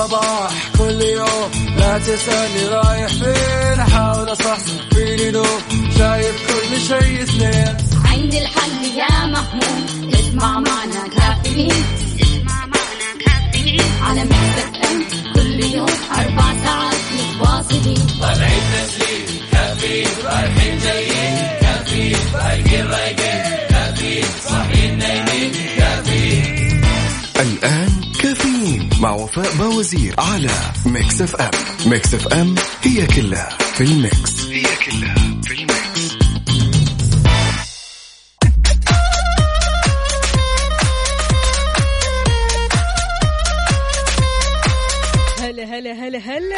الصباح كل يوم، لا تسألني رايح فين، أحاول أصحصح فيني لو شايف كل شيء سنين. عندي الحل يا محمود، اسمع معنا كافيين، اسمع معنا كافيين على ميكس اف ام كل يوم 4 ساعات متواصلين. طالعين تسليم كافيين، رايحين جايين كافيين، رايقين رايقين كافيين، صاحيين نايمين كافيين. الآن كافيين مع وفاء باوزير على ميكس اف ام. ميكس اف ام هي كلها في الميكس، هي كلها في الميكس. هلا هلا هلا هلا.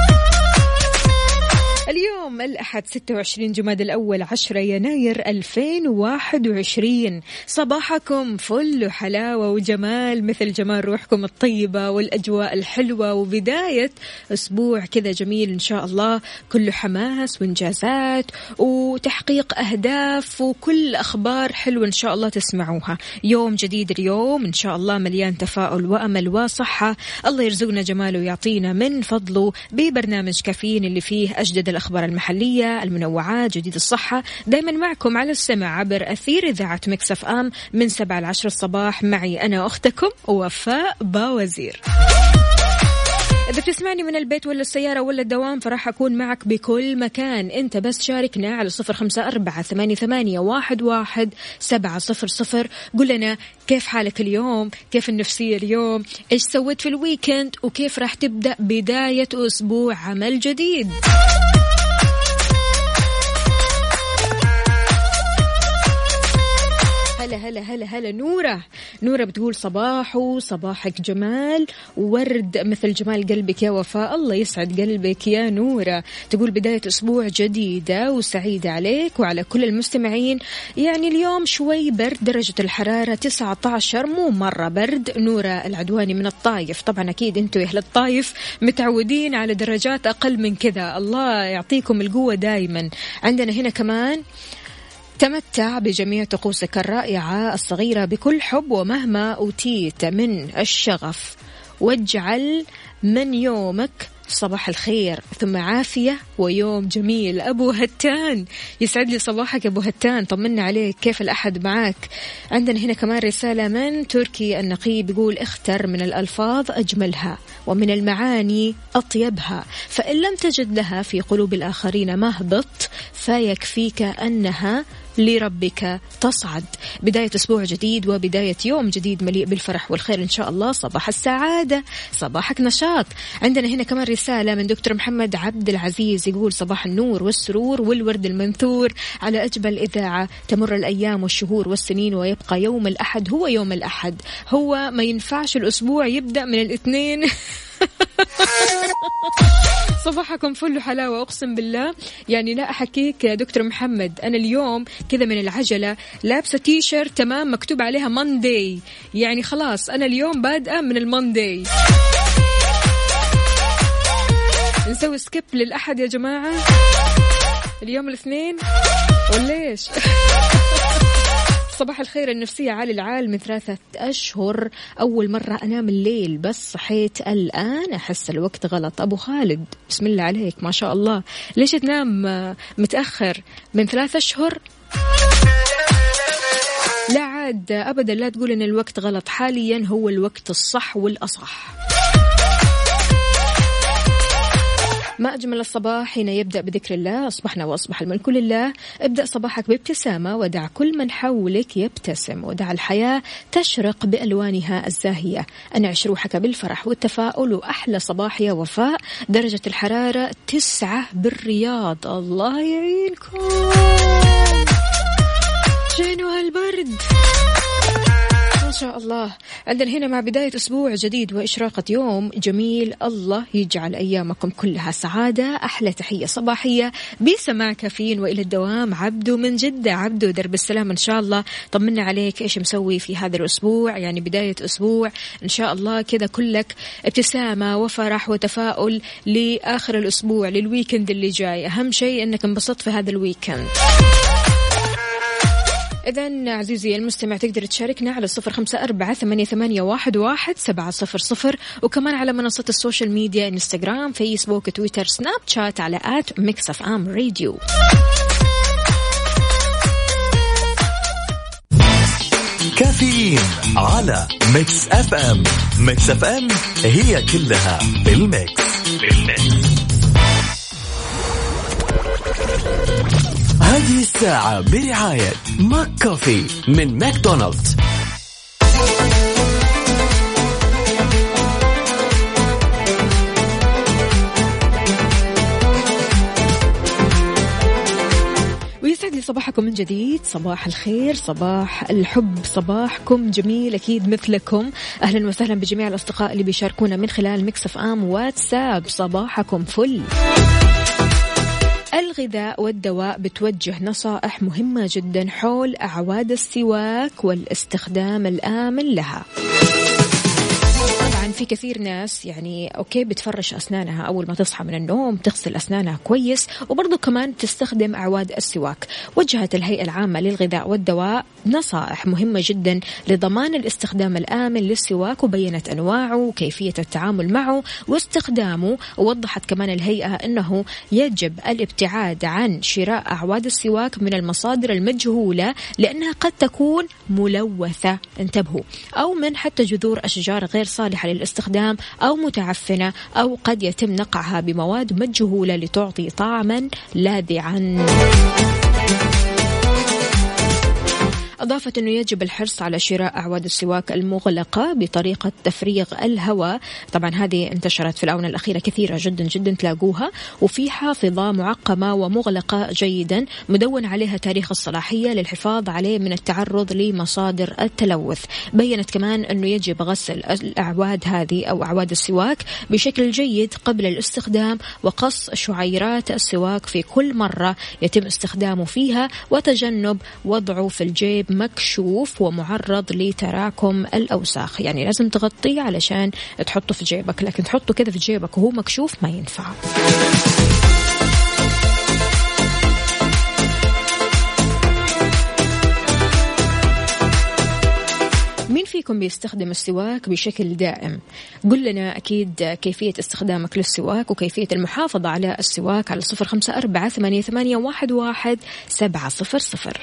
اليوم الأحد 26 جماد الأول 10 يناير 2021. صباحكم فل وحلاوة وجمال مثل جمال روحكم الطيبة والأجواء الحلوة، وبداية أسبوع كذا جميل إن شاء الله، كله حماس وإنجازات وتحقيق أهداف وكل أخبار حلوة إن شاء الله تسمعوها. يوم جديد اليوم إن شاء الله مليان تفاؤل وأمل وصحة. الله يرزقنا جماله ويعطينا من فضله ببرنامج كافيين اللي فيه أجدد الأخبار المحلية، المنوعات، جديد الصحة، دايما معكم على السمع عبر أثير إذاعة ميكس اف ام من 7 ل 10 الصباح، معي أنا أختكم وفاء باوزير. إذا بتسمعني من البيت ولا السيارة ولا الدوام فراح أكون معك بكل مكان. أنت بس شاركنا على 0548811700. قل لنا كيف حالك اليوم، كيف النفسية اليوم، إيش سويت في الويكند، وكيف راح تبدأ بداية أسبوع عمل جديد. هلا هلا هلا هلا. نورة بتقول صباحك جمال ورد مثل جمال قلبك يا وفاء. الله يسعد قلبك يا نورة. تقول بداية أسبوع جديدة وسعيدة عليك وعلى كل المستمعين. يعني اليوم شوي برد، درجة الحرارة 19، مو مرة برد. نورة العدواني من الطايف، طبعا أكيد أنتوا أهل الطايف متعودين على درجات أقل من كذا، الله يعطيكم القوة دايما. عندنا هنا كمان تمتع بجميع طقوسك الرائعة الصغيرة بكل حب، ومهما أوتيت من الشغف واجعل من يومك صباح الخير ثم عافية ويوم جميل. أبو هتان، يسعد لي صباحك أبو هتان، طمنا عليك، كيف الأحد معك؟ عندنا هنا كمان رسالة من تركي النقي، بيقول اختر من الألفاظ أجملها ومن المعاني أطيبها، فإن لم تجد لها في قلوب الآخرين مهبط فيكفيك أنها لربك تصعد. بداية أسبوع جديد وبداية يوم جديد مليء بالفرح والخير إن شاء الله. صباح السعادة، صباحك نشاط. عندنا هنا كمان رسالة من دكتور محمد عبد العزيز، يقول صباح النور والسرور والورد المنثور على أجمل إذاعة. تمر الأيام والشهور والسنين ويبقى يوم الأحد هو يوم الأحد، هو ما ينفعش الأسبوع يبدأ من الاثنين. صباحكم فل حلاوة أقسم بالله. يعني لا أحكيك يا دكتور محمد، أنا اليوم كذا من العجلة لابسة تيشيرت تمام مكتوب عليها ماندي، يعني خلاص أنا اليوم بادئة من الماندي. نسوي سكيب للأحد يا جماعة، اليوم الاثنين وليش؟ صباح الخير النفسية عالي العال من 3 أشهر أول مرة أنام الليل، بس صحيت الآن أحس الوقت غلط. أبو خالد بسم الله عليك ما شاء الله، ليش تنام متأخر من 3 أشهر؟ لا عاد أبدا لا تقول إن الوقت غلط، حاليا هو الوقت الصح والأصح. ما أجمل الصباح حين يبدأ بذكر الله، أصبحنا وأصبح الملك لله. ابدأ صباحك بابتسامة ودع كل من حولك يبتسم، ودع الحياة تشرق بألوانها الزاهية. أنعش روحك بالفرح والتفاؤل. وأحلى صباح يا وفاء، درجة الحرارة 9 بالرياض. الله يعينكم، جينوا هالبرد ما شاء الله. عندنا هنا مع بداية أسبوع جديد وإشراقة يوم جميل، الله يجعل أيامكم كلها سعادة. أحلى تحية صباحية بسماع كافيين وإلى الدوام. عبدو من جدة، عبدو درب السلام إن شاء الله، طمنا عليك، إيش مسوي في هذا الأسبوع؟ يعني بداية أسبوع إن شاء الله كذا كلك ابتسامة وفرح وتفاؤل لآخر الأسبوع، للويكند اللي جاي. أهم شيء أنك انبسطت في هذا الويكند. إذن عزيزي المستمع تقدر تشاركنا على 0548811700 وكمان على منصة السوشيال ميديا إنستغرام فيسبوك تويتر سناب شات على @mixfmradio. كافيين على ميكس اف ام. ميكس اف ام هي كلها بالميكس. هذه الساعة برعاية ماك كوفي من ماكدونالدز. ويسعد لي صباحكم من جديد. صباح الخير، صباح الحب، صباحكم جميل أكيد مثلكم. أهلا وسهلا بجميع الأصدقاء اللي بيشاركونا من خلال ميكس اف ام واتساب. صباحكم فل. الغذاء والدواء بتوجه نصائح مهمة جدا حول أعواد السواك والاستخدام الآمن لها. طبعا في كثير ناس يعني أوكي بتفرش أسنانها أول ما تصحى من النوم، تغسل أسنانها كويس، وبرضو كمان تستخدم أعواد السواك. وجهت الهيئة العامة للغذاء والدواء نصائح مهمة جدا لضمان الاستخدام الآمن للسواك، وبينت أنواعه وكيفية التعامل معه واستخدامه. ووضحت كمان الهيئة أنه يجب الابتعاد عن شراء أعواد السواك من المصادر المجهولة لأنها قد تكون ملوثة، انتبهوا، أو من حتى جذور أشجار غير صالحة للاستخدام أو متعفنة، أو قد يتم نقعها بمواد مجهولة لتعطي طعما لاذعا. أضافت أنه يجب الحرص على شراء أعواد السواك المغلقة بطريقة تفريغ الهواء. طبعا هذه انتشرت في الآونة الأخيرة كثيرة جدا جدا تلاقوها، وفي حافظة معقمة ومغلقة جيدا مدون عليها تاريخ الصلاحية للحفاظ عليه من التعرض لمصادر التلوث. بيّنت كمان أنه يجب غسل الأعواد هذه أو أعواد السواك بشكل جيد قبل الاستخدام، وقص شعيرات السواك في كل مرة يتم استخدامه فيها، وتجنب وضعه في الجيب مكشوف ومعرض لتراكم الأوساخ. يعني لازم تغطيه علشان تحطه في جيبك، لكن تحطه كذا في جيبك وهو مكشوف ما ينفع. مين فيكم بيستخدم السواك بشكل دائم؟ قل لنا أكيد كيفية استخدامك للسواك وكيفية المحافظة على السواك على 0548811700.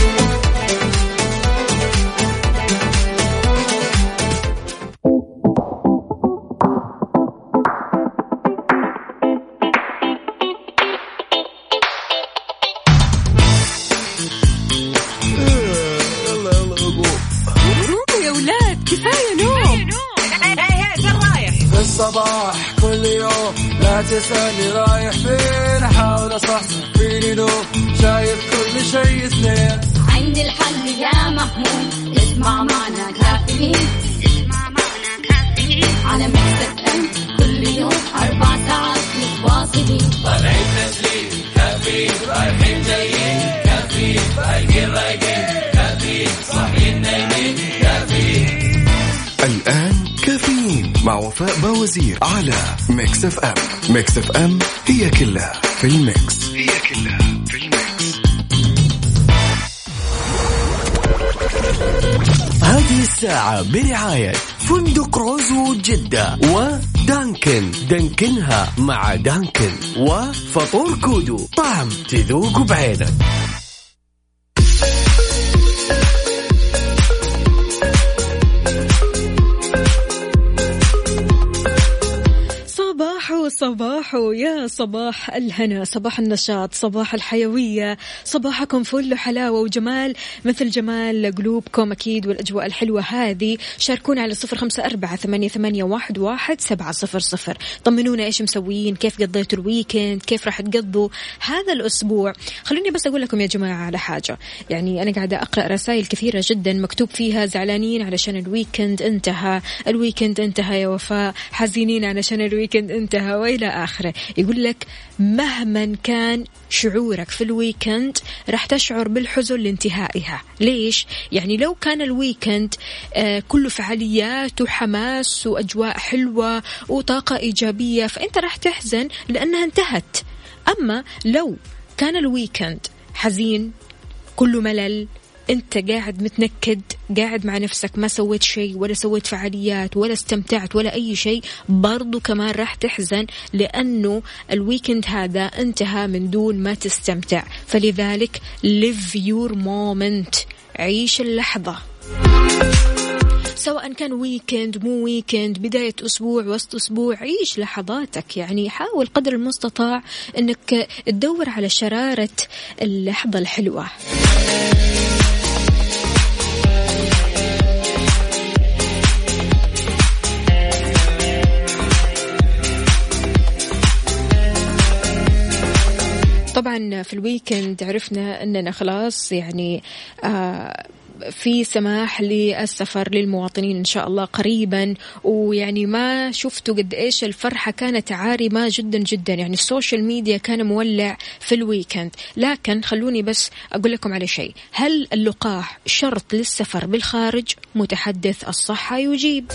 الصباح كل يوم لا تسألني رايح فين، أحاول أصحصح فيني لو شايف كل شيء اثنين. عندي الحل يا محمود، اسمع معنا كافيين، اسمع معنا كافيين على ميكس اف ام كل يوم 4 ساعات متواصلين. طالعين تسليم كافيين، رايحين جايين كافيين، رايقين رايقين كافيين، صاحيين نايمين كافيين. الآن كافيين مع وفاء باوزير على ميكس اف ام. ميكس اف ام هي كلها في الميكس. هذه الساعة برعاية فندق روزو جدة ودانكن، دانكنها مع دانكن، وفطور كودو، طعم تذوق بعينك. صباح يا صباح الهنا، صباح النشاط، صباح الحيوية، صباحكم فل وحلاوة وجمال مثل جمال قلوبكم أكيد والأجواء الحلوة هذه. شاركونا على 0548811700. طمنونا إيش مسويين، كيف قضيتوا الويكند، كيف راح تقضوا هذا الأسبوع. خلوني بس أقول لكم يا جماعة على حاجة، يعني أنا قاعدة أقرأ رسائل كثيرة جدا مكتوب فيها زعلانين علشان الويكند انتهى، الويكند انتهى يا وفاء، حزينين علشان الويكند انتهى وإلى آخره. يقول لك مهما كان شعورك في الويكند راح تشعر بالحزن لانتهائها. ليش؟ يعني لو كان الويكند كله فعاليات وحماس وأجواء حلوة وطاقة إيجابية فأنت راح تحزن لأنها انتهت. أما لو كان الويكند حزين، كله ملل، أنت قاعد متنكد، قاعد مع نفسك، ما سويت شيء ولا سويت فعاليات ولا استمتعت ولا أي شيء، برضو كمان راح تحزن لأنه الويكند هذا انتهى من دون ما تستمتع. فلذلك live your moment، عيش اللحظة، سواء كان ويكند مو ويكند، بداية أسبوع وسط أسبوع، عيش لحظاتك. يعني حاول قدر المستطاع أنك تدور على شرارة اللحظة الحلوة. طبعا في الويكند عرفنا أننا خلاص يعني في سماح للسفر للمواطنين إن شاء الله قريبا، ويعني ما شفتوا قد إيش الفرحة كانت عارمة جدا جدا، يعني السوشيال ميديا كان مولع في الويكند. لكن خلوني بس أقول لكم على شيء، هل اللقاح شرط للسفر بالخارج؟ متحدث الصحة يجيب.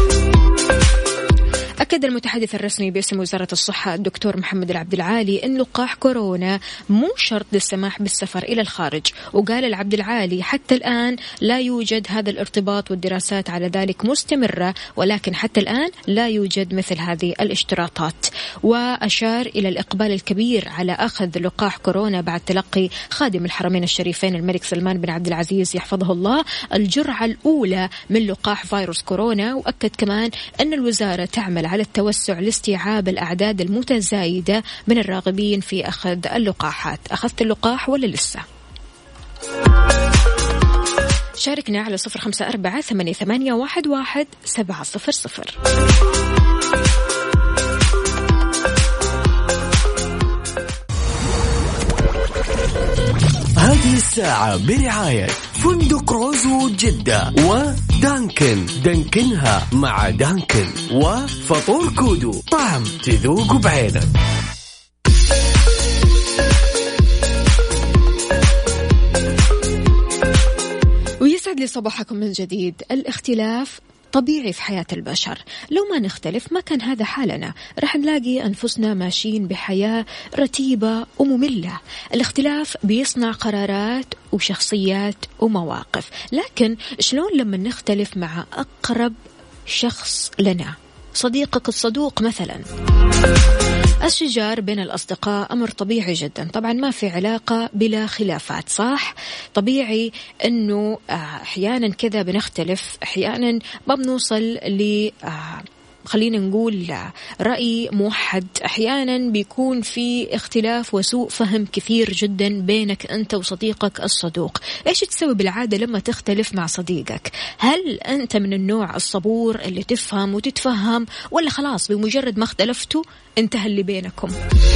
أكد المتحدث الرسمي باسم وزارة الصحة الدكتور محمد العبد العالي أن لقاح كورونا مو شرط للسماح بالسفر إلى الخارج. وقال العبد العالي حتى الآن لا يوجد هذا الارتباط والدراسات على ذلك مستمرة، ولكن حتى الآن لا يوجد مثل هذه الاشتراطات. وأشار إلى الإقبال الكبير على أخذ لقاح كورونا بعد تلقي خادم الحرمين الشريفين الملك سلمان بن عبد العزيز يحفظه الله الجرعة الأولى من لقاح فيروس كورونا. وأكد كمان أن الوزارة تعمل على التوسع لاستيعاب الأعداد المتزايدة من الراغبين في أخذ اللقاحات. أخذت اللقاح ولا لسه؟ شاركنا على 0548811700. هذه الساعة برعاية فندق روزو جدة ودانكن، دانكنها مع دانكن، وفطور كودو، طعم تذوق بعينك. ويسعد لي صباحكم من جديد. الاختلاف طبيعي في حياة البشر، لو ما نختلف ما كان هذا حالنا، رح نلاقي أنفسنا ماشيين بحياة رتيبة ومملة. الاختلاف بيصنع قرارات وشخصيات ومواقف، لكن شلون لما نختلف مع أقرب شخص لنا، صديقك الصدوق مثلا؟ الشجار بين الأصدقاء أمر طبيعي جدا، طبعا ما في علاقة بلا خلافات، صح؟ طبيعي أنه أحيانا كذا بنختلف، أحيانا ما بنوصل ل خلينا نقول رأي موحد، أحيانا بيكون في اختلاف وسوء فهم كثير جدا بينك أنت وصديقك الصدوق. إيش تسوي بالعادة لما تختلف مع صديقك؟ هل أنت من النوع الصبور اللي تفهم وتتفهم، ولا خلاص بمجرد ما اختلفتوا انتهى اللي بينكم؟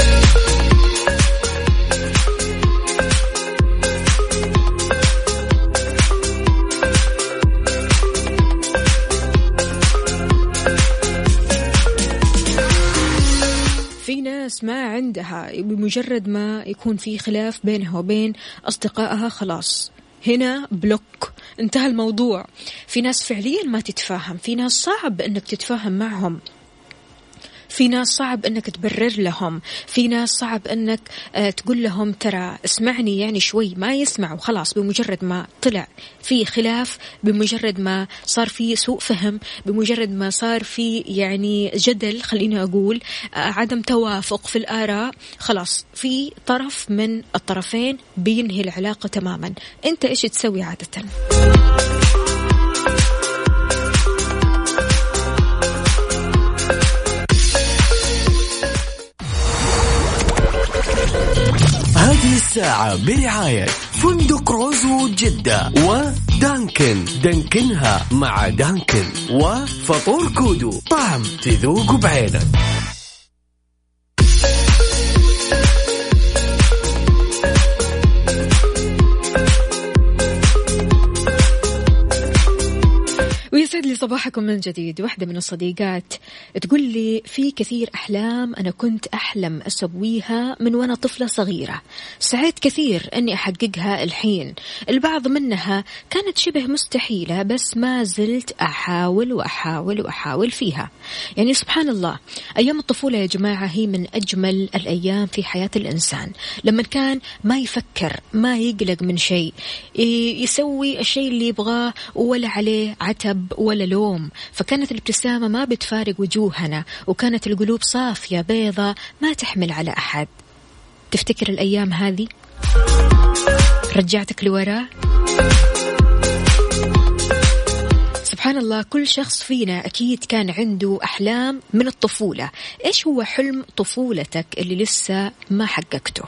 في ناس ما عندها بمجرد ما يكون في خلاف بينها وبين أصدقائها خلاص هنا بلوك، انتهى الموضوع. في ناس فعليا ما تتفاهم، في ناس صعب أنك تتفاهم معهم، في ناس صعب أنك تبرر لهم، في ناس صعب أنك تقول لهم ترى اسمعني يعني شوي، ما يسمعوا خلاص. بمجرد ما طلع في خلاف، بمجرد ما صار في سوء فهم، بمجرد ما صار في يعني جدل، خلينا أقول عدم توافق في الآراء، خلاص في طرف من الطرفين بينهي العلاقة تماما. أنت إيش تسوي عادة؟ هذه الساعة برعاية فندق روزو جدة ودانكن، دانكنها مع دانكن، وفطور كودو، طعم تذوق بعينك. يسعد لي صباحكم من جديد. واحدة من الصديقات تقول لي في كثير أحلام أنا كنت أحلم أسويها من وأنا طفلة صغيرة، سعيت كثير أني أحققها الحين. البعض منها كانت شبه مستحيلة بس ما زلت أحاول وأحاول وأحاول فيها. يعني سبحان الله، أيام الطفولة يا جماعة هي من أجمل الأيام في حياة الإنسان، لما كان ما يفكر ما يقلق من شيء، يسوي الشيء اللي يبغاه ولا عليه عتب ولا لوم. فكانت الابتسامة ما بتفارق وجوهنا، وكانت القلوب صافية بيضة ما تحمل على أحد. تفتكر الأيام هذه رجعتك لوراء؟ سبحان الله، كل شخص فينا أكيد كان عنده أحلام من الطفولة. إيش هو حلم طفولتك اللي لسه ما حققته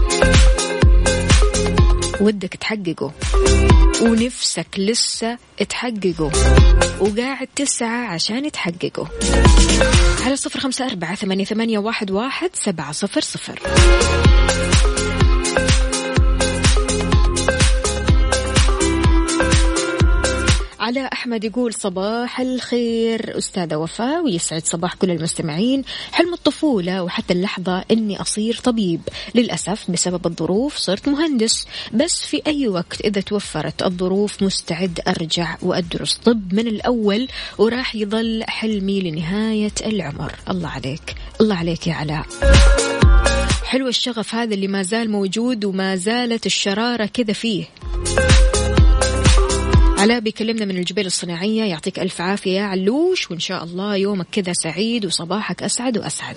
ودك تحققه ونفسك لسه تحققه وقاعد تسعى عشان تحققه؟ على 0548811700. على أحمد يقول صباح الخير أستاذة وفاء، ويسعد صباح كل المستمعين. حلم الطفولة وحتى اللحظة إني أصير طبيب، للأسف بسبب الظروف صرت مهندس، بس في أي وقت إذا توفرت الظروف مستعد أرجع وأدرس طب من الأول، وراح يظل حلمي لنهاية العمر. الله عليك، الله عليك يا علاء. حلو الشغف هذا اللي ما زال موجود وما زالت الشرارة كذا فيه. علاء بيكلمنا من الجبال الصناعية، يعطيك ألف عافية يا علوش، وإن شاء الله يومك كذا سعيد وصباحك أسعد وأسعد.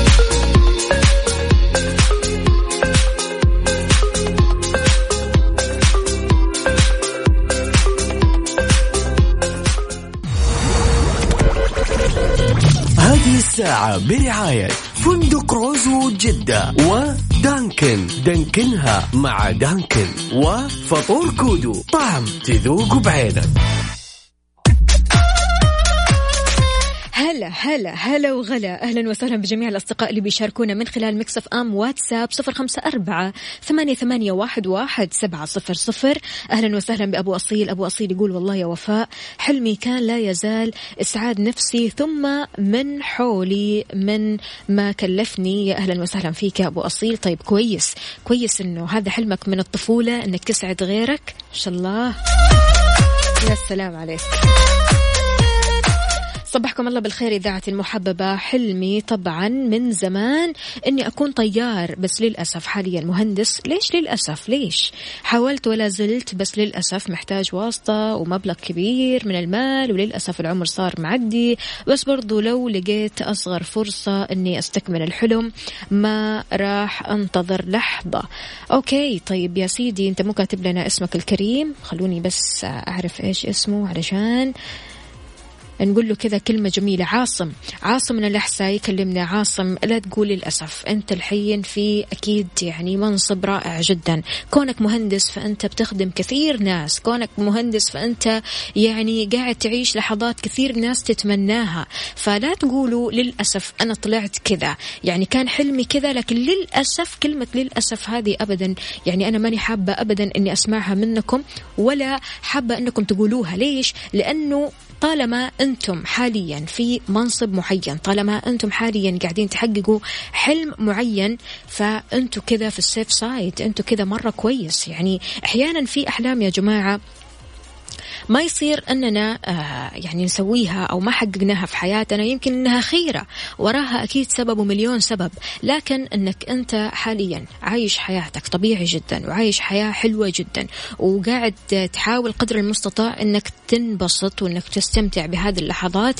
هذه الساعة برعاية فندق روزو جدة ودانكن، دانكنها مع دانكن، وفطور كودو، طعم تذوق بعينك. هلا هلا هلا وغلا، أهلا وسهلا بجميع الأصدقاء اللي بيشاركونا من خلال ميكس اف ام واتساب 0548811700. أهلا وسهلا بأبو أصيل. أبو أصيل يقول والله يا وفاء حلمي كان لا يزال إسعاد نفسي ثم من حولي من ما كلفني. يا أهلا وسهلا فيك يا أبو أصيل. طيب كويس كويس إنه هذا حلمك من الطفولة، إنك تسعد غيرك. إن شاء الله، يا سلام عليك. صبحكم الله بالخير إذاعتي المحببة. حلمي طبعا من زمان إني أكون طيار، بس للأسف حاليا مهندس. ليش للأسف؟ ليش حاولت ولا زلت، بس للأسف محتاج واسطة ومبلغ كبير من المال، وللأسف العمر صار معدي. بس برضو لو لقيت أصغر فرصة إني أستكمل الحلم ما راح أنتظر لحظة. أوكي طيب يا سيدي، أنت مو كاتب لنا اسمك الكريم، خلوني بس أعرف إيش اسمه علشان نقول له كذا كلمة جميلة. عاصم من الأحساء يكلمنا. عاصم لا تقول للأسف، أنت الحين في أكيد يعني منصب رائع جدا، كونك مهندس فأنت بتخدم كثير ناس، كونك مهندس فأنت يعني قاعد تعيش لحظات كثير ناس تتمناها. فلا تقولوا للأسف أنا طلعت كذا، يعني كان حلمي كذا، لكن للأسف كلمة للأسف هذه أبدا يعني أنا ماني حابة أبدا أني أسمعها منكم، ولا حابة أنكم تقولوها. ليش؟ لأنه طالما أنتم حاليا في منصب معين، طالما أنتم حاليا قاعدين تحققوا حلم معين، فأنتم كذا في السيف سايد، أنتم كذا مرة كويس. يعني أحيانا في أحلام يا جماعة ما يصير أننا يعني نسويها أو ما حققناها في حياتنا، يمكن أنها خيرة وراها أكيد سبب ومليون سبب، لكن أنك أنت حاليا عايش حياتك طبيعي جدا وعايش حياة حلوة جدا وقاعد تحاول قدر المستطاع أنك تنبسط وأنك تستمتع بهذه اللحظات.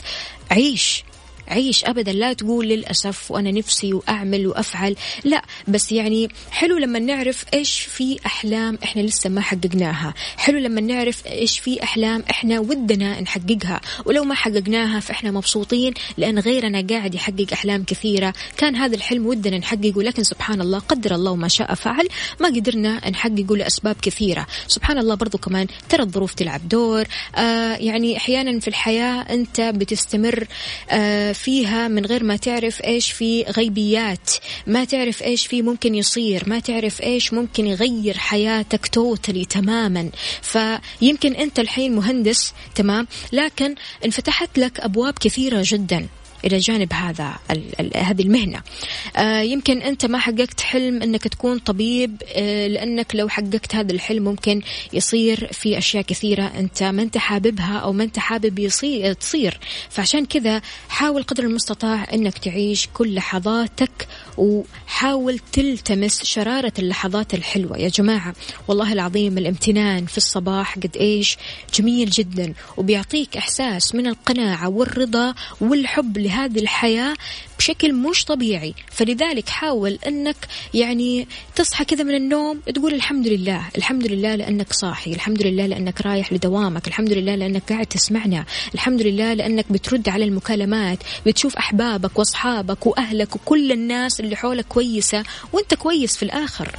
عيش أبدا، لا تقول للأسف وأنا نفسي وأعمل وأفعل، لا. بس يعني حلو لما نعرف إيش في أحلام إحنا لسه ما حققناها، حلو لما نعرف إيش في أحلام إحنا ودنا نحققها، ولو ما حققناها فإحنا مبسوطين لأن غيرنا قاعد يحقق أحلام كثيرة كان هذا الحلم ودنا نحققه، لكن سبحان الله قدر الله وما شاء فعل ما قدرنا نحققه لأسباب كثيرة. سبحان الله برضو كمان ترى الظروف تلعب دور. يعني أحيانا في الحياة أنت بتستمر فيها من غير ما تعرف إيش في غيبيات، ما تعرف إيش في ممكن يصير، ما تعرف إيش ممكن يغير حياتك توتالي تماما. فيمكن أنت الحين مهندس تمام، لكن انفتحت لك أبواب كثيرة جدا إلى جانب هذه المهنة. يمكن أنت ما حققت حلم أنك تكون طبيب، لأنك لو حققت هذا الحلم ممكن يصير في أشياء كثيرة أنت ما أنت حاببها أو ما أنت حابب تصير. فعشان كذا حاول قدر المستطاع أنك تعيش كل لحظاتك، وحاول تلتمس شرارة اللحظات الحلوة. يا جماعة والله العظيم الامتنان في الصباح قد إيش جميل جدا، وبيعطيك إحساس من القناعة والرضا والحب لهذه الحياة بشكل مش طبيعي. فلذلك حاول أنك يعني تصحى كذا من النوم تقول الحمد لله، الحمد لله لأنك صاحي، الحمد لله لأنك رايح لدوامك، الحمد لله لأنك قاعد تسمعنا، الحمد لله لأنك بترد على المكالمات، بتشوف أحبابك وأصحابك وأهلك وكل الناس اللي حولك كويسة وانت كويس في الآخر.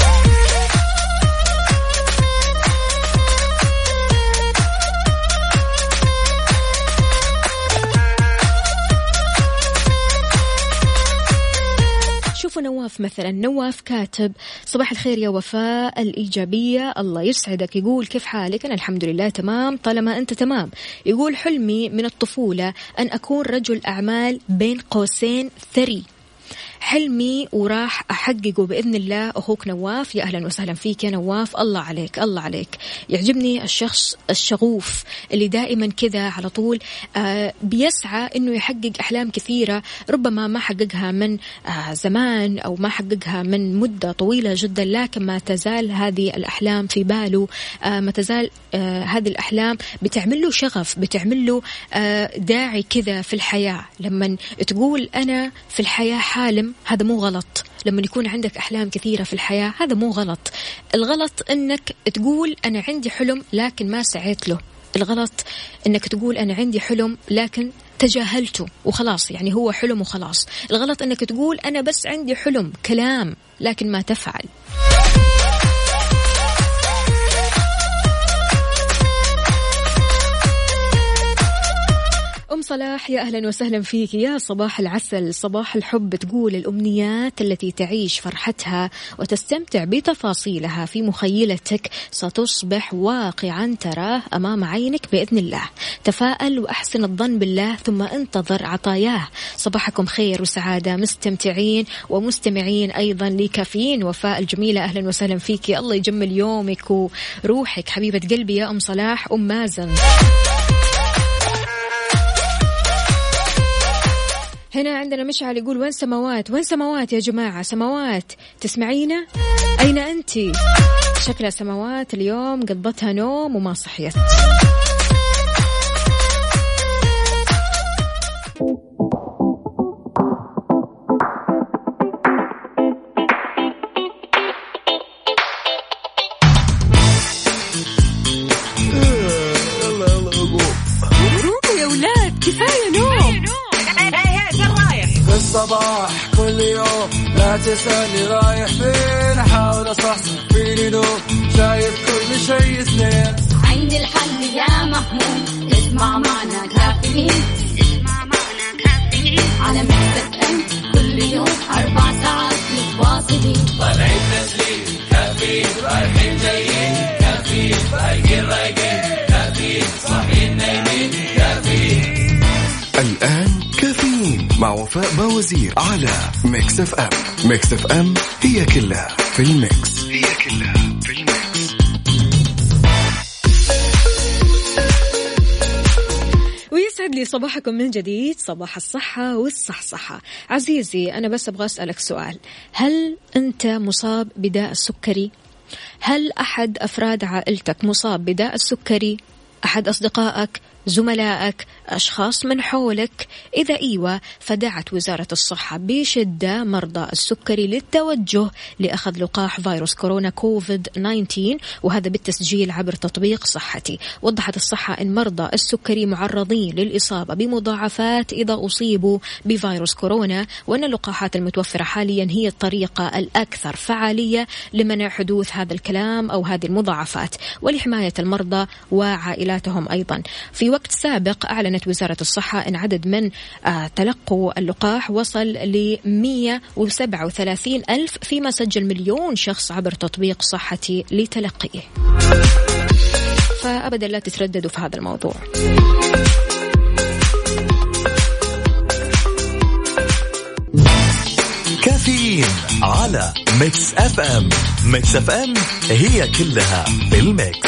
شوفوا نواف مثلا، نواف كاتب صباح الخير يا وفاء الإيجابية، الله يسعدك. يقول كيف حالك؟ أنا الحمد لله تمام طالما أنت تمام. يقول حلمي من الطفولة أن أكون رجل أعمال بين قوسين ثري، حلمي وراح أحققه بإذن الله. أخوك نواف، يا أهلا وسهلا فيك يا نواف، الله عليك الله عليك. يعجبني الشخص الشغوف اللي دائما كذا على طول بيسعى إنه يحقق أحلام كثيرة ربما ما حققها من زمان أو ما حققها من مدة طويلة جدا، لكن ما تزال هذه الأحلام في باله، ما تزال هذه الأحلام بتعمل له شغف، بتعمل له داعي كذا في الحياة. لما تقول أنا في الحياة حالم هذا مو غلط، لما يكون عندك أحلام كثيرة في الحياة هذا مو غلط. الغلط أنك تقول أنا عندي حلم لكن ما سعيت له، الغلط أنك تقول أنا عندي حلم لكن تجاهلته وخلاص، يعني هو حلم وخلاص. الغلط أنك تقول أنا بس عندي حلم كلام لكن ما تفعل. أم صلاح، يا أهلا وسهلا فيك، يا صباح العسل صباح الحب. تقول الأمنيات التي تعيش فرحتها وتستمتع بتفاصيلها في مخيلتك ستصبح واقعا تراه أمام عينك بإذن الله. تفائل وأحسن الظن بالله ثم انتظر عطاياه. صباحكم خير وسعادة مستمتعين ومستمعين أيضا لكافيين. وفاء الجميلة أهلا وسهلا فيك، الله يجمل يومك وروحك حبيبة قلبي يا أم صلاح. أم مازن هنا عندنا مشعل يقول وين سماوات؟ وين سماوات يا جماعة؟ سماوات تسمعينا؟ أين أنتي؟ شكلها سماوات اليوم قضتها نوم وما صحيت. الصباح كل يوم لا تسألني رايح فين، أحاول أصحصح فيني نوم شايف كل شيء سنين. عندي الحل يا محمود، اسمع معنا كافيين، اسمع معنا كافيين على مكتب أم كل يوم 4 ساعات متواصلين. طالعين تسليم كافيين، رايحين جايين كافيين، رايقين رايقين كافيين، صاحيين نايمين كافيين. الآن كافيين مع وفاء باوزير على ميكس اف ام. ميكس اف ام هي كلها في الميكس، هي كلها في الميكس. ويسعد لي صباحكم من جديد، صباح الصحة والصحصحة. عزيزي أنا بس أبغى أسألك سؤال، هل أنت مصاب بداء السكري؟ هل أحد أفراد عائلتك مصاب بداء السكري؟ أحد أصدقائك، زملائك، أشخاص من حولك؟ إذا إيوه فدعت وزارة الصحة بشدة مرضى السكري للتوجه لأخذ لقاح فيروس كورونا كوفيد 19، وهذا بالتسجيل عبر تطبيق صحتي. وضحت الصحة أن مرضى السكري معرضين للإصابة بمضاعفات إذا أصيبوا بفيروس كورونا، وأن اللقاحات المتوفرة حاليا هي الطريقة الأكثر فعالية لمنع حدوث هذا الكلام أو هذه المضاعفات ولحماية المرضى وعائلاتهم أيضا. في وقت سابق أعلنت وزارة الصحة أن عدد من تلقوا اللقاح وصل ل 137 ألف، فيما سجل 1,000,000 شخص عبر تطبيق صحتي لتلقيه. فأبدا لا تترددوا في هذا الموضوع. كافيين على ميكس اف ام. ميكس اف ام هي كلها بالميكس.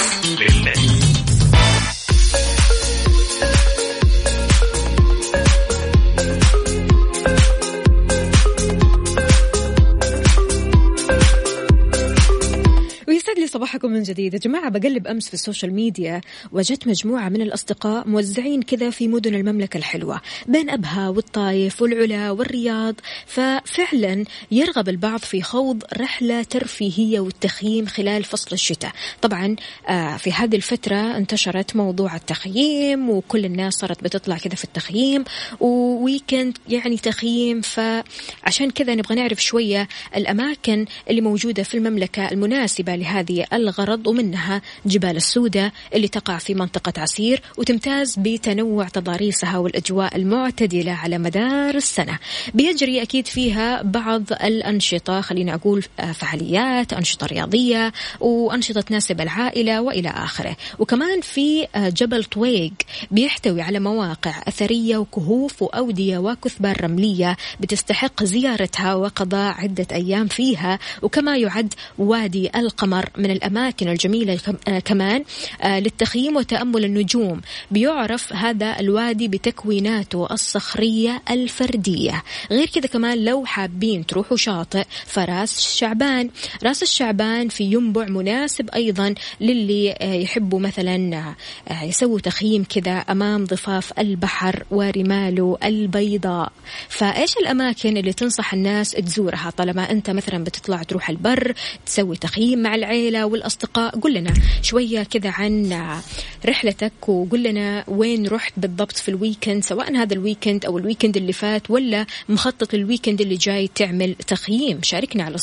ويسعد لي صباحكم من جديد يا جماعة. بقلب أمس في السوشيال ميديا وجدت مجموعة من الأصدقاء موزعين كذا في مدن المملكة الحلوة بين أبها والطايف والعلا والرياض، ففعلا يرغب البعض في خوض رحلة ترفيهية والتخييم خلال فصل الشتاء. طبعا في هذه الفترة انتشرت موضوع التخييم وكل الناس صارت بتطلع كذا في التخييم وويكند يعني تخييم، فعشان كذا نبغى نعرف شوية الأماكن اللي موجودة في المملكة المناسبة لهذه الغرض، ومنها جبال السودة اللي تقع في منطقة عسير وتمتاز بتنوع تضاريسها والأجواء المعتدلة على مدار السنة. بيجري أكيد فيها بعض الأنشطة، خلينا أقول فعاليات، أنشطة رياضية وأنشطة تناسب العائلة وإلى آخره. وكمان في جبل طويق بيحتوي على مواقع أثرية وكهوف وأودية وكثبان رملية بتستحق زيارتها وقضاء عدة أيام فيها. وكما يعد وادي القمر من الأماكن الجميلة كمان للتخييم وتأمل النجوم. بيعرف هذا الوادي بتكويناته الصخرية الفردية. غير كذا كمان لو حابين تروحوا شاطئ فراس الشعبان، راس الشعبان في ينبع مناسب أيضا للي يحبوا مثلا يسووا تخييم كذا أمام ضفاف البحر ورماله البيضاء. فإيش الأماكن اللي تنصح الناس تزورها طالما أنت مثلا بتطلع تروح البر تسوي تخييم مع العيلة والأصدقاء؟ قل لنا شوية كذا عن رحلتك وقل لنا وين رحت بالضبط في الويكند، سواء هذا الويكند أو الويكند اللي فات ولا مخطط الويكند اللي جاي تعمل تخييم. شاركنا على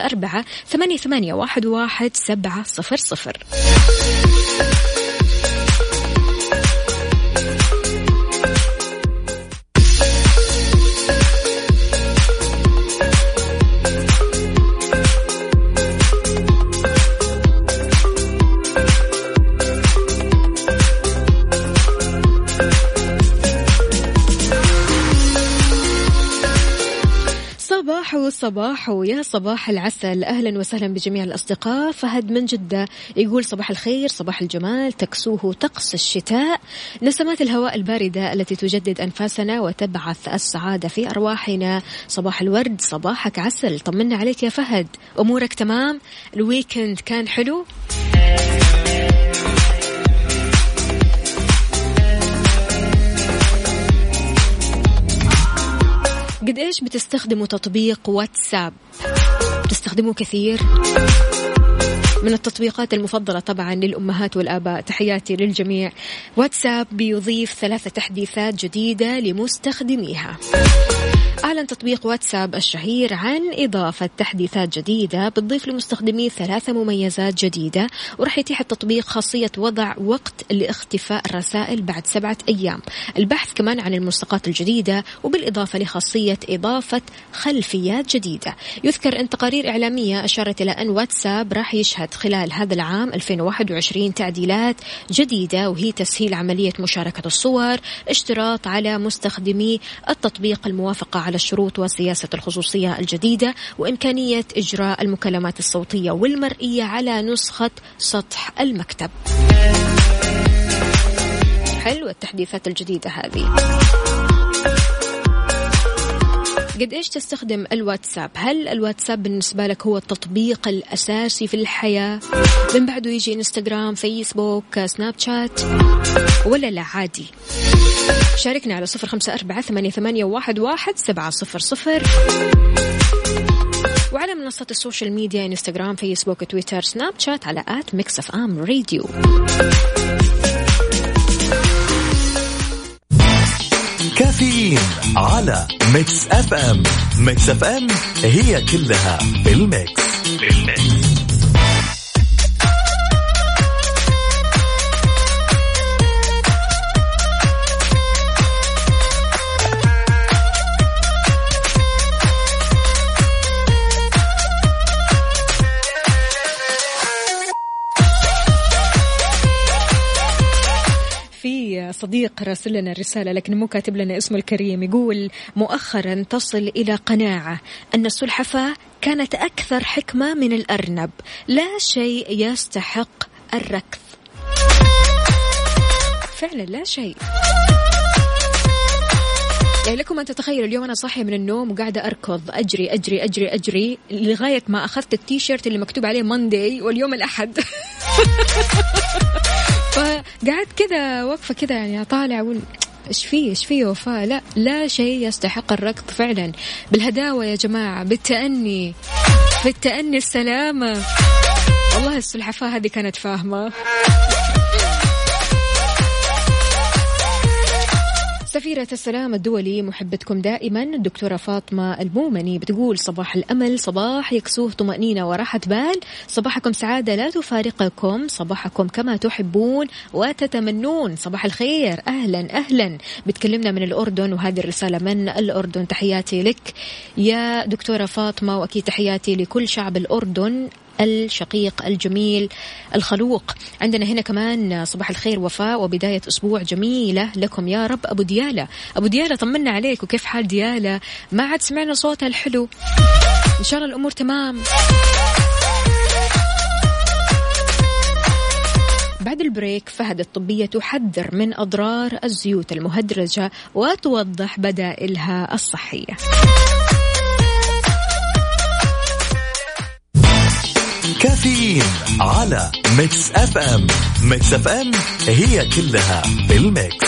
0548811700. صباح يا صباح العسل، أهلا وسهلا بجميع الأصدقاء. فهد من جدة يقول صباح الخير، صباح الجمال، تكسوه طقس الشتاء، نسمات الهواء الباردة التي تجدد أنفاسنا وتبعث السعادة في أرواحنا. صباح الورد، صباحك عسل. طمنا عليك يا فهد، أمورك تمام؟ الويكند كان حلو؟ قد إيش بتستخدموا تطبيق واتساب؟ بتستخدموه كثير؟ من التطبيقات المفضلة طبعا للأمهات والآباء. تحياتي للجميع. واتساب بيضيف 3 تحديثات جديدة لمستخدميها. أعلن تطبيق واتساب الشهير عن إضافة تحديثات جديدة بتضيف لمستخدميه 3 مميزات جديدة، ورح يتيح التطبيق خاصية وضع وقت لاختفاء الرسائل بعد 7 أيام، البحث كمان عن الملصقات الجديدة، وبالإضافة لخاصية إضافة خلفيات جديدة. يذكر أن تقارير إعلامية أشارت إلى أن واتساب راح يشهد خلال هذا العام 2021 تعديلات جديدة، وهي تسهيل عملية مشاركة الصور، اشتراط على مستخدمي التطبيق الموافقة على الشروط وسياسة الخصوصية الجديدة، وإمكانية إجراء المكالمات الصوتية والمرئية على نسخة سطح المكتب. حلوة التحديثات الجديدة هذه. قد إيش تستخدم الواتساب؟ هل الواتساب بالنسبة لك هو التطبيق الأساسي في الحياة؟ من بعده يجي إنستغرام، فيسبوك، سناب شات، ولا لا عادي؟ شاركنا على 0548811700 وعلى منصات السوشيال ميديا إنستغرام، فيسبوك، تويتر، سناب شات على @mixfmradio. كافيين على ميكس اف ام. ميكس اف ام هي كلها بالميكس. صديق راسل لنا رسالة لكن مو كاتب لنا اسمه الكريم. يقول مؤخرا تصل إلى قناعة أن السلحفاة كانت أكثر حكمة من الأرنب، لا شيء يستحق الركض. فعلا لا شيء. يعني لكم أن تتخيلوا اليوم أنا صاحية من النوم وقاعدة أركض أجري أجري أجري أجري لغاية ما أخذت التيشيرت اللي مكتوب عليه ماندي واليوم الأحد. فقعدت كذا وقفة كذا يعني أطالع أقول إيش فيه وفاء؟ لا شيء يستحق الركض فعلا. بالهداوة يا جماعة، بالتأني، في التأني السلامة. والله السلحفاة هذه كانت فاهمة. سفيرة السلام الدولي محبتكم دائما الدكتورة فاطمة المومني بتقول صباح الأمل، صباح يكسوه طمأنينة وراحة بال، صباحكم سعادة لا تفارقكم، صباحكم كما تحبون وتتمنون. صباح الخير، أهلا. بتكلمنا من الأردن وهذه الرسالة من الأردن. تحياتي لك يا دكتورة فاطمة، وأكيد تحياتي لكل شعب الأردن الشقيق الجميل الخلوق. عندنا هنا كمان صباح الخير وفاء وبداية أسبوع جميلة لكم يا رب. أبو ديالة طمنا عليك وكيف حال ديالة؟ ما عاد سمعنا صوتها الحلو، إن شاء الله الأمور تمام. بعد البريك فهد الطبية تحذر من أضرار الزيوت المهدرجة وتوضح بدائلها الصحية. كافيين على ميكس اف ام. ميكس اف ام هي كلها بالميكس.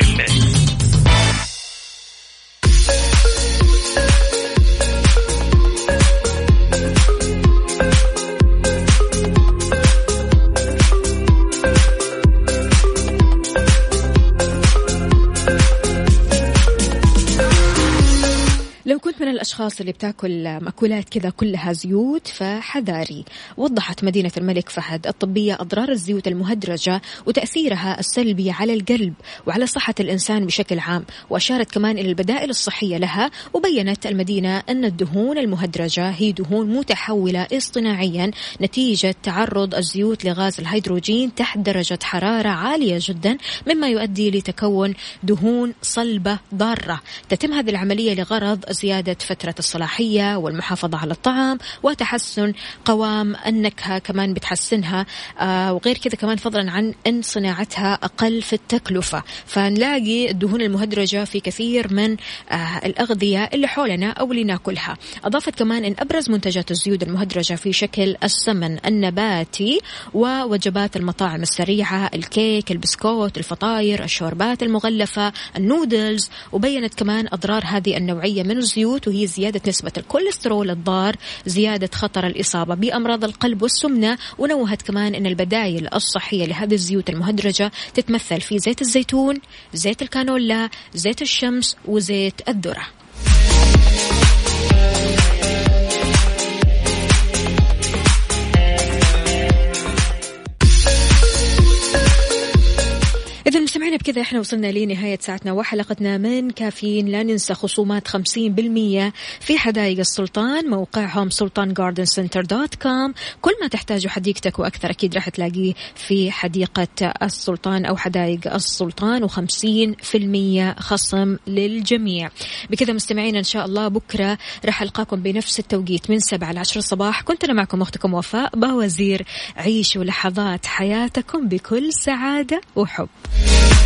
لو كنت من الأشخاص اللي بتاكل مأكولات كذا كلها زيوت فحذاري. وضحت مدينة الملك فهد الطبية أضرار الزيوت المهدرجة وتأثيرها السلبي على القلب وعلى صحة الإنسان بشكل عام، وأشارت كمان إلى البدائل الصحية لها. وبيّنت المدينة أن الدهون المهدرجة هي دهون متحولة اصطناعيا نتيجة تعرض الزيوت لغاز الهيدروجين تحت درجة حرارة عالية جدا، مما يؤدي لتكون دهون صلبة ضارة. تتم هذه العملية لغرض زيادة فترة الصلاحية والمحافظة على الطعام وتحسن قوام النكهة، كمان بتحسنها وغير كذا كمان فضلا عن أن صناعتها أقل في التكلفة. فنلاقي الدهون المهدرجة في كثير من الأغذية اللي حولنا أو اللي ناكلها. أضافت كمان أن أبرز منتجات الزيوت المهدرجة في شكل السمن النباتي ووجبات المطاعم السريعة، الكيك، البسكوت، الفطاير، الشوربات المغلفة، النودلز. وبينت كمان أضرار هذه النوعية من الزيوت، وهي زيادة نسبة الكوليسترول الضار، زيادة خطر الإصابة بأمراض القلب والسمنة. ونوهت كمان أن البدائل الصحية لهذه الزيوت المهدرجة تتمثل في زيت الزيتون، زيت الكانولا، زيت الشمس، وزيت الذرة. إذا مستمعين بكذا إحنا وصلنا لنهاية ساعتنا وحلقتنا من كافيين. لا ننسى خصومات 50% في حدائق السلطان، موقعهم sultangardenscenter.com. كل ما تحتاجه حديقتك وأكثر أكيد راح تلاقيه في حديقة السلطان أو حدائق السلطان، و50% خصم للجميع. بكذا مستمعين إن شاء الله بكرة راح ألقاكم بنفس التوقيت من 7 ل 10 الصباح. كنت أنا معكم أختكم وفاء باوزير. عيشوا لحظات حياتكم بكل سعادة وحب.